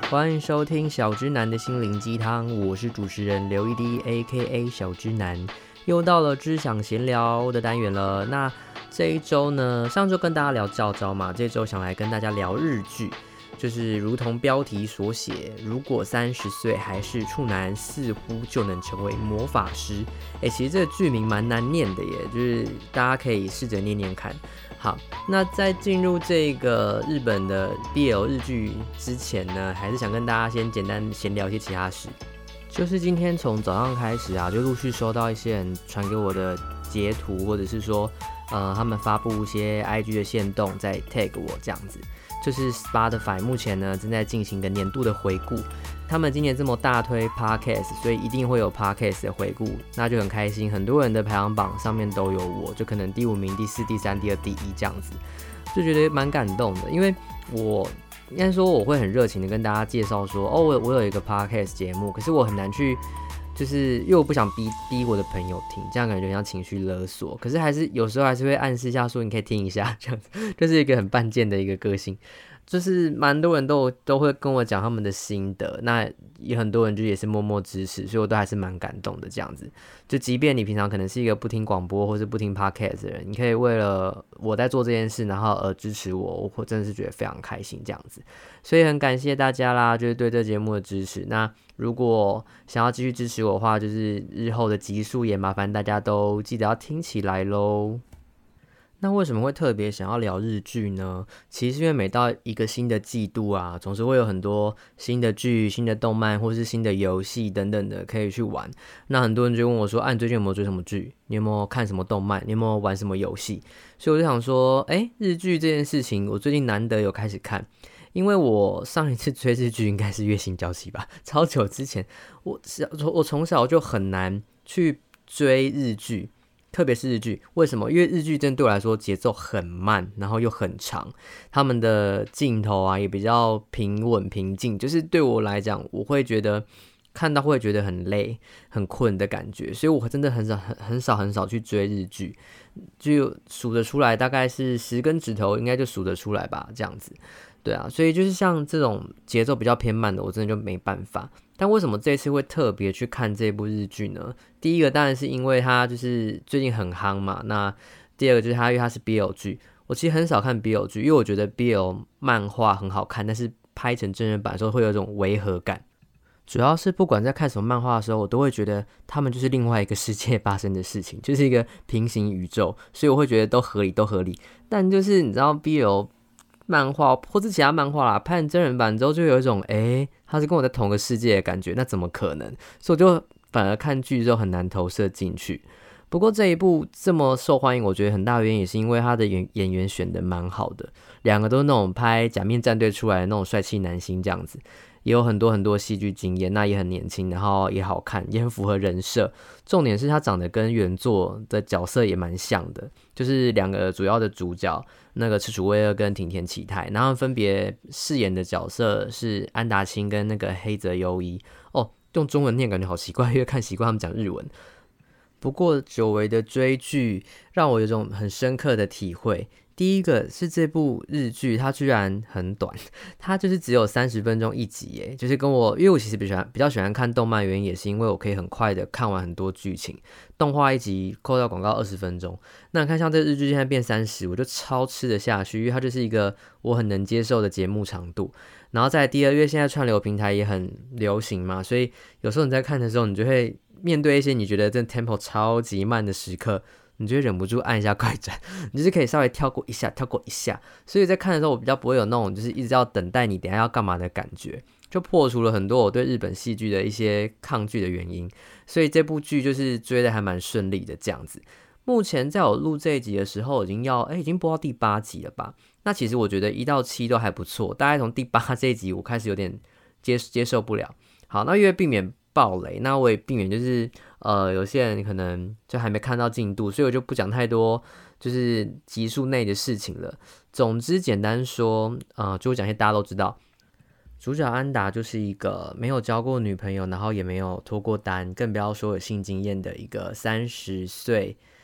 欢迎收听小之男的心灵鸡汤，我是主持人刘一滴 AKA 小之男，又到了知想闲聊的单元了。那这一周呢，上周跟大家聊教招嘛，这周想来跟大家聊日剧，就是如同标题所写，如果30岁还是处男，似乎就能成为魔法师。其实这个剧名蛮难念的耶，就是大家可以试着念念看。好，那在进入这个日本的 BL 日剧之前呢，还是想跟大家先简单闲聊一些其他事。就是今天从早上开始啊，就陆续收到一些人传给我的截图，或者是说，他们发布一些 IG 的限动，在 tag 我这样子。就是 Spotify 目前呢正在进行一个年度的回顾，他们今年这么大推 Podcast， 所以一定会有 Podcast 的回顾，那就很开心。很多人的排行榜上面都有我，就可能第5名、第4、第3、第2、第1这样子，就觉得蛮感动的。因为我应该说我会很热情的跟大家介绍说，我有一个 Podcast 节目，可是我很难去。就是因为我不想逼我的朋友听，这样感觉像情绪勒索。可是有时候还是会暗示一下说，你可以听一下，这样子，就是一个很犯贱的一个个性。就是蛮多人都会跟我讲他们的心得，那也很多人就也是默默支持，所以我都还是蛮感动的这样子。就即便你平常可能是一个不听广播或是不听 podcast 的人，你可以为了我在做这件事，然后而支持我，我真的是觉得非常开心这样子。所以很感谢大家啦，就是对这节目的支持。那如果想要继续支持我的话，就是日后的集数也麻烦大家都记得要听起来咯。那为什么会特别想要聊日剧呢？其实是因为每到一个新的季度啊，总是会有很多新的剧、新的动漫或是新的游戏等等的可以去玩。那很多人就问我说，你最近有没有追什么剧？你有没有看什么动漫？你有没有玩什么游戏？所以我就想说，日剧这件事情我最近难得有开始看。因为我上一次追日剧应该是《月薪娇妻》吧，超久之前。我从小就很难去追日剧，特别是日剧。为什么？因为日剧真的对我来说节奏很慢，然后又很长，他们的镜头啊也比较平稳平静，就是对我来讲，我会觉得看到会觉得很累、很困的感觉，所以我真的很少去追日剧，就数得出来，大概是10根指头应该就数得出来吧，这样子。对啊，所以就是像这种节奏比较偏慢的，我真的就没办法。但为什么这次会特别去看这部日剧呢？第一个当然是因为它就是最近很夯嘛，那第二个就是因为它是 BL 剧。我其实很少看 BL 剧，因为我觉得 BL 漫画很好看，但是拍成真人版的时候会有一种违和感。主要是不管在看什么漫画的时候，我都会觉得他们就是另外一个世界发生的事情，就是一个平行宇宙，所以我会觉得都合理。但就是你知道 BL漫画或是其他漫画啦，拍成真人版之后就有一种他是跟我在同个世界的感觉，那怎么可能？所以我就反而看剧之后很难投射进去。不过这一部这么受欢迎，我觉得很大原因也是因为他的演员选的蛮好的，两个都是那种拍假面战队出来的那种帅气男星这样子。也有很多戏剧经验，那也很年轻，然后也好看，也很符合人设。重点是他长得跟原作的角色也蛮像的，就是两个主要的主角，那个赤楚卫二跟挺田启太，然后分别饰演的角色是安达清跟那个黑泽优一。用中文念感觉好奇怪，因为看习惯他们讲日文。不过久违的追剧让我有种很深刻的体会。第一个是这部日剧它居然很短，它就是只有30分钟一集耶，就是跟我，因为我其实比较喜欢看动漫，原因也是因为我可以很快的看完很多剧情。动画一集扣掉广告20分钟，那你看像这日剧现在变30，我就超吃得下去，因为它就是一个我很能接受的节目长度。然后在第二，因为现在串流平台也很流行嘛，所以有时候你在看的时候，你就会面对一些你觉得这 tempo 超级慢的时刻，你就会忍不住按一下快转，你就是可以稍微跳过一下，所以在看的时候我比较不会有那种就是一直要等待你等一下要干嘛的感觉，就破除了很多我对日本戏剧的一些抗拒的原因，所以这部剧就是追的还蛮顺利的这样子。目前在我录这一集的时候已经播到第8集了吧，那其实我觉得1到7都还不错，大概从第8这一集我开始有点接受不了。好，那因为避免爆雷，那我也避免就是有些人可能就还没看到进度，所以我就不讲太多就是集数内的事情了。总之简单说，就讲些大家都知道，主角安达就是一个没有交过女朋友，然后也没有脱过单，更不要说有性经验的一个30岁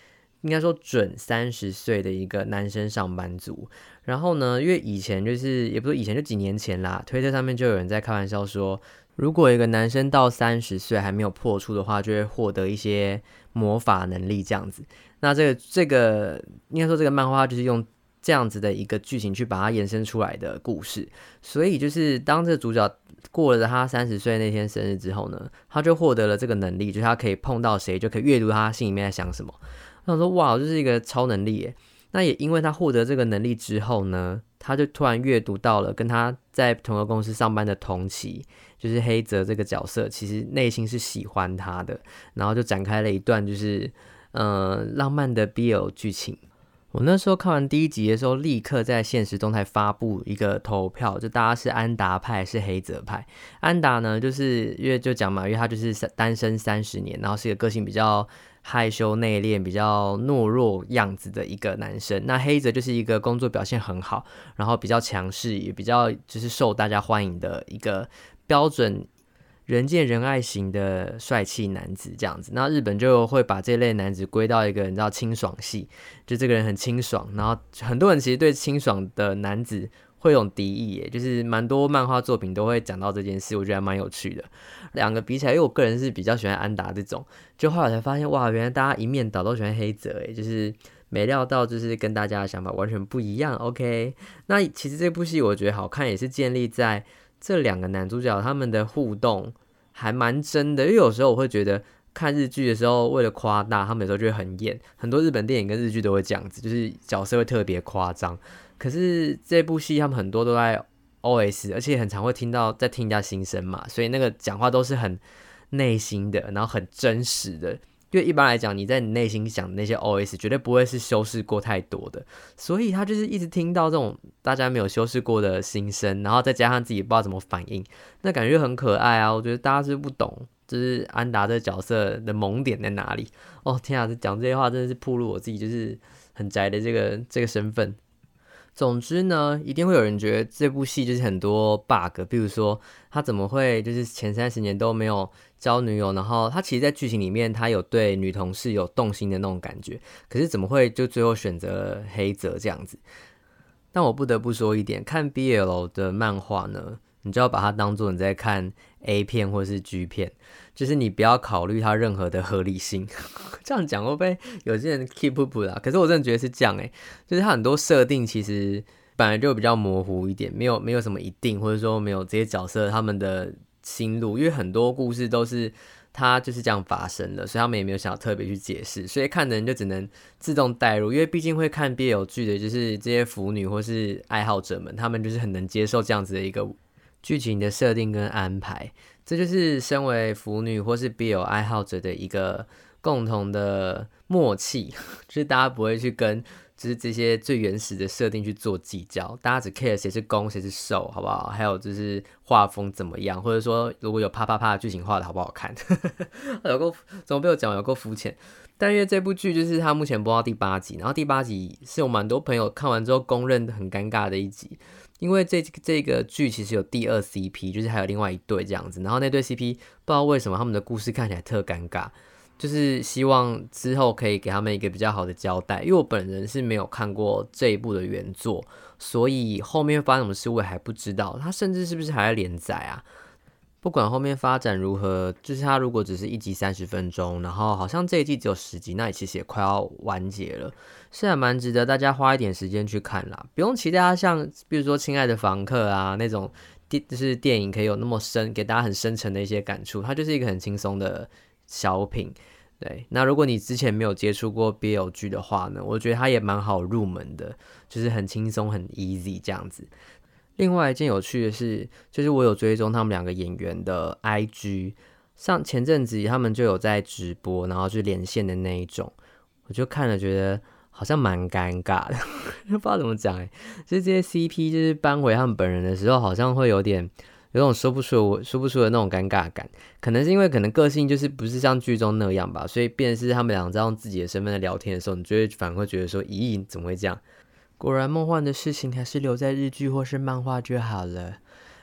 应该说准30岁的一个男生上班族。然后呢，因为以前就是也不是以前，就几年前啦，推特上面就有人在开玩笑说，如果一个男生到30岁还没有破处的话，就会获得一些魔法能力这样子。那这个应该说这个漫画就是用这样子的一个剧情去把它延伸出来的故事。所以就是当这个主角过了他30岁那天生日之后呢，他就获得了这个能力，就是他可以碰到谁就可以阅读他心里面在想什么。我想说哇，这是一个超能力耶。那也因为他获得这个能力之后呢，他就突然阅读到了跟他在同个公司上班的同期，就是黑泽这个角色，其实内心是喜欢他的，然后就展开了一段就是浪漫的 BL 剧情。我那时候看完第1集的时候，立刻在现实动态发布一个投票，就大家是安达派是黑泽派。安达呢，就是因为就讲嘛，因为他就是单身30年，然后是一个个性比较害羞内敛、比较懦弱样子的一个男生。那黑泽就是一个工作表现很好，然后比较强势，也比较就是受大家欢迎的一个标准人见人爱型的帅气男子这样子。那日本就会把这类男子归到一个你知道清爽系，就这个人很清爽，然后很多人其实对清爽的男子会有敌意耶，就是蛮多漫画作品都会讲到这件事，我觉得还蛮有趣的。两个比起来，因为我个人是比较喜欢安达这种，就后来才发现哇，原来大家一面倒都喜欢黑泽耶，就是没料到就是跟大家的想法完全不一样。 OK， 那其实这部戏我觉得好看也是建立在这两个男主角他们的互动还蛮真的。因为有时候我会觉得看日剧的时候为了夸大，他们有时候就会很演，很多日本电影跟日剧都会这样子，就是角色会特别夸张。可是这部戏他们很多都在 OS， 而且很常会听到在听人家心声嘛，所以那个讲话都是很内心的，然后很真实的。因为一般来讲，你在你内心想的那些 OS 绝对不会是修饰过太多的，所以他就是一直听到这种大家没有修饰过的心声，然后再加上自己不知道怎么反应，那感觉很可爱啊。我觉得大家是不懂，就是安达这个角色的萌点在哪里。哦天啊，讲这些话真的是暴露我自己就是很宅的这个身份。总之呢，一定会有人觉得这部戏就是很多 bug， 比如说他怎么会就是前30年都没有交女友，然后他其实在剧情里面他有对女同事有动心的那种感觉，可是怎么会就最后选择了黑泽这样子。但我不得不说一点，看 BL 的漫画呢，你就要把它当作你在看 A 片或是 G 片，就是你不要考虑它任何的合理性。这样讲会不会有些人 keep up 啦？可是我真的觉得是这样就是它很多设定其实本来就比较模糊一点，没有什么一定，或者说没有这些角色他们的心路，因为很多故事都是它就是这样发生的，所以他们也没有想要特别去解释，所以看的人就只能自动带入。因为毕竟会看 BL 剧的就是这些腐女或是爱好者们，他们就是很能接受这样子的一个剧情的设定跟安排，这就是身为腐女或是 BL 爱好者的一个共同的默契，就是大家不会去跟就是这些最原始的设定去做计较，大家只 care 谁是攻谁是受，好不好？还有就是画风怎么样，或者说如果有啪啪啪的剧情画的好不好看。有够怎么被我讲有够肤浅。但因为这部剧就是它目前播到第8集，然后第8集是有蛮多朋友看完之后公认很尴尬的一集，因为这个剧其实有第2 CP， 就是还有另外一对这样子，然后那对 CP 不知道为什么他们的故事看起来特尴尬，就是希望之后可以给他们一个比较好的交代。因为我本人是没有看过这一部的原作，所以后面发生什么事我也还不知道，他甚至是不是还在连载啊。不管后面发展如何，就是他如果只是1集30分钟，然后好像这一季只有10集，那也其实也快要完结了，是还蛮值得大家花一点时间去看啦。不用期待它像比如说亲爱的房客啊那种就是电影可以有那么深给大家很深沉的一些感触，它就是一个很轻松的小品。对，那如果你之前没有接触过 BL 剧的话呢，我觉得它也蛮好入门的，就是很轻松很 easy 这样子。另外一件有趣的是，就是我有追踪他们两个演员的 IG， 上前阵子他们就有在直播，然后就连线的那一种，我就看了觉得好像蛮尴尬的，不知道怎么讲就是这些 CP 就是搬回他们本人的时候，好像会有种说不出的那种尴尬感，可能是因为可能个性就是不是像剧中那样吧，所以变成是他们俩在用自己的身份在聊天的时候，你就会反而会觉得说，咦，怎么会这样？果然梦幻的事情还是留在日剧或是漫画就好了。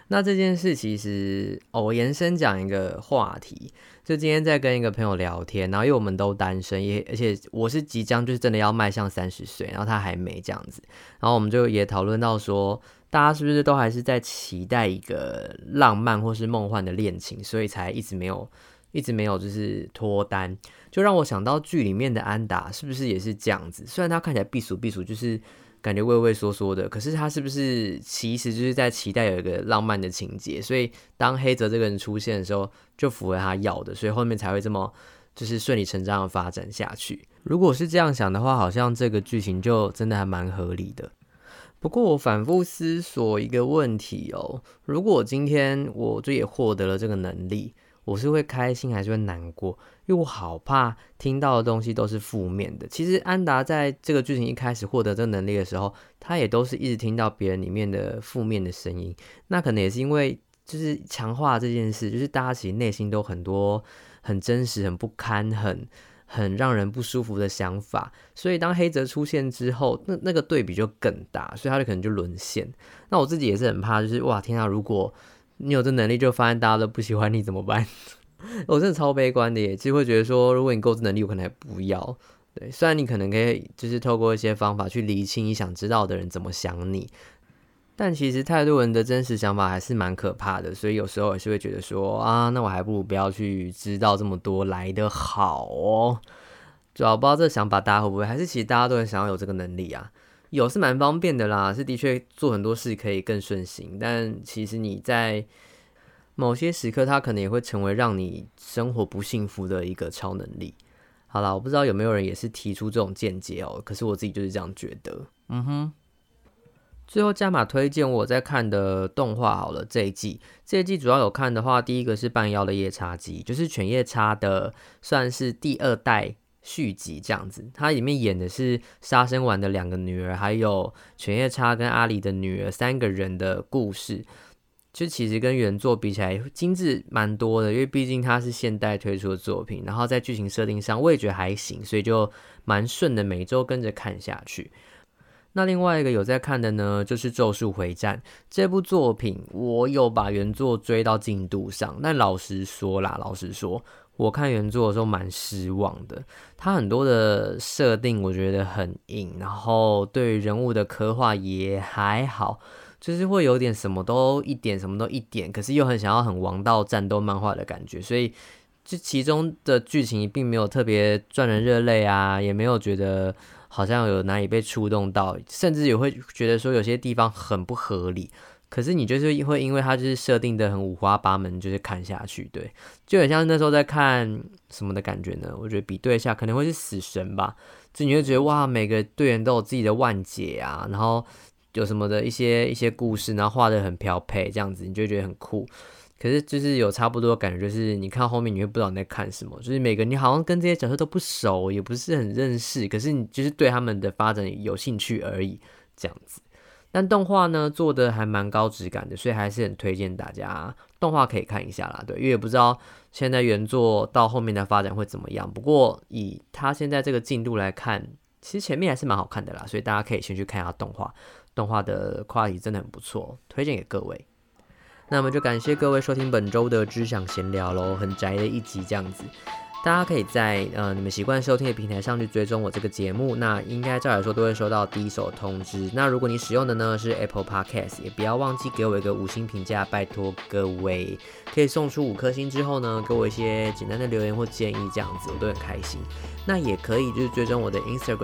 那这件事其实我延伸讲一个话题，就今天在跟一个朋友聊天，然后因为我们都单身，而且我是即将就是真的要迈向30岁，然后他还没这样子，然后我们就也讨论到说，大家是不是都还是在期待一个浪漫或是梦幻的恋情，所以才一直没有就是脱单，就让我想到剧里面的安达是不是也是这样子？虽然他看起来避暑，就是感觉畏畏缩缩的，可是他是不是其实就是在期待有一个浪漫的情节？所以当黑泽这个人出现的时候，就符合他要的，所以后面才会这么就是顺理成章的发展下去。如果是这样想的话，好像这个剧情就真的还蛮合理的。不过我反复思索一个问题如果今天我就也获得了这个能力，我是会开心还是会难过？因为我好怕听到的东西都是负面的。其实安达在这个剧情一开始获得这个能力的时候，他也都是一直听到别人里面的负面的声音。那可能也是因为就是强化这件事，就是大家其实内心都很多很真实、很不堪、很让人不舒服的想法，所以当黑泽出现之后，那个对比就更大，所以他就可能就沦陷。那我自己也是很怕，就是哇天啊，如果你有这能力就发现大家都不喜欢你怎么办？我真的超悲观的耶，其实会觉得说，如果你够这能力，我可能还不要。对，虽然你可能可以就是透过一些方法去厘清你想知道的人怎么想你，但其实太多人的真实想法还是蛮可怕的，所以有时候也是会觉得说啊，那我还不如不要去知道这么多来得好主要不知道这个想法大家会不会，还是其实大家都很想要有这个能力啊？有是蛮方便的啦，是的确做很多事可以更顺心，但其实你在某些时刻，它可能也会成为让你生活不幸福的一个超能力。好啦，我不知道有没有人也是提出这种见解可是我自己就是这样觉得。最后加码推荐我在看的动画好了，这一季主要有看的话，第一个是半妖的夜叉姬，就是犬夜叉的算是第2代续集这样子，它里面演的是杀生丸的2个女儿，还有犬夜叉跟阿里的女儿3个人的故事，就其实跟原作比起来精致蛮多的，因为毕竟它是现代推出的作品，然后在剧情设定上我也觉得还行，所以就蛮顺的，每周跟着看下去。那另外一个有在看的呢，就是《咒术回战》这部作品，我有把原作追到进度上，但老实说，我看原作的时候蛮失望的。它很多的设定我觉得很硬，然后对人物的刻画也还好，就是会有点什么都一点，可是又很想要很王道战斗漫画的感觉，所以就其中的剧情并没有特别赚人热泪啊，也没有觉得好像有哪里被触动到，甚至也会觉得说有些地方很不合理，可是你就是会因为它就是设定的很五花八门，就是看下去，对，就很像那时候在看什么的感觉呢？我觉得比对一下可能会是死神吧，就你会觉得哇，每个队员都有自己的万解啊，然后有什么的一些故事，然后画得很飘配，这样子你就会觉得很酷。可是就是有差不多的感觉，就是你看后面你会不知道你在看什么，就是每个你好像跟这些角色都不熟，也不是很认识，可是你就是对他们的发展有兴趣而已，这样子。但动画呢做的还蛮高质感的，所以还是很推荐大家动画可以看一下啦。对，因为也不知道现在原作到后面的发展会怎么样，不过以他现在这个进度来看，其实前面还是蛮好看的啦，所以大家可以先去看一下动画的 quality 真的很不错，推荐给各位。那么就感谢各位收听本周的知想闲聊咯，很宅的一集这样子。大家可以在你们习惯收听的平台上去追踪我这个节目，那应该照理说都会收到第一手通知。那如果你使用的呢是 Apple Podcast， 也不要忘记给我一个5星评价，拜托各位。可以送出5颗星之后呢，给我一些简单的留言或建议，这样子我都很开心。那也可以就是追踪我的 Instagram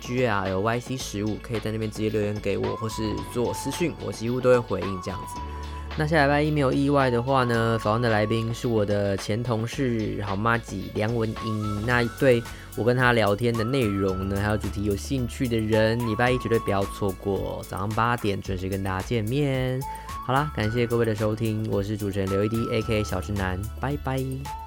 EDGARYC15，可以在那边直接留言给我，或是做私讯，我几乎都会回应这样子。那下礼拜一没有意外的话呢，访问的来宾是我的前同事好麻吉梁文英。那对我跟他聊天的内容呢，还有主题有兴趣的人，礼拜一绝对不要错过，早上8点准时跟大家见面。好啦，感谢各位的收听，我是主持人刘一滴 AKA 小直男，拜拜。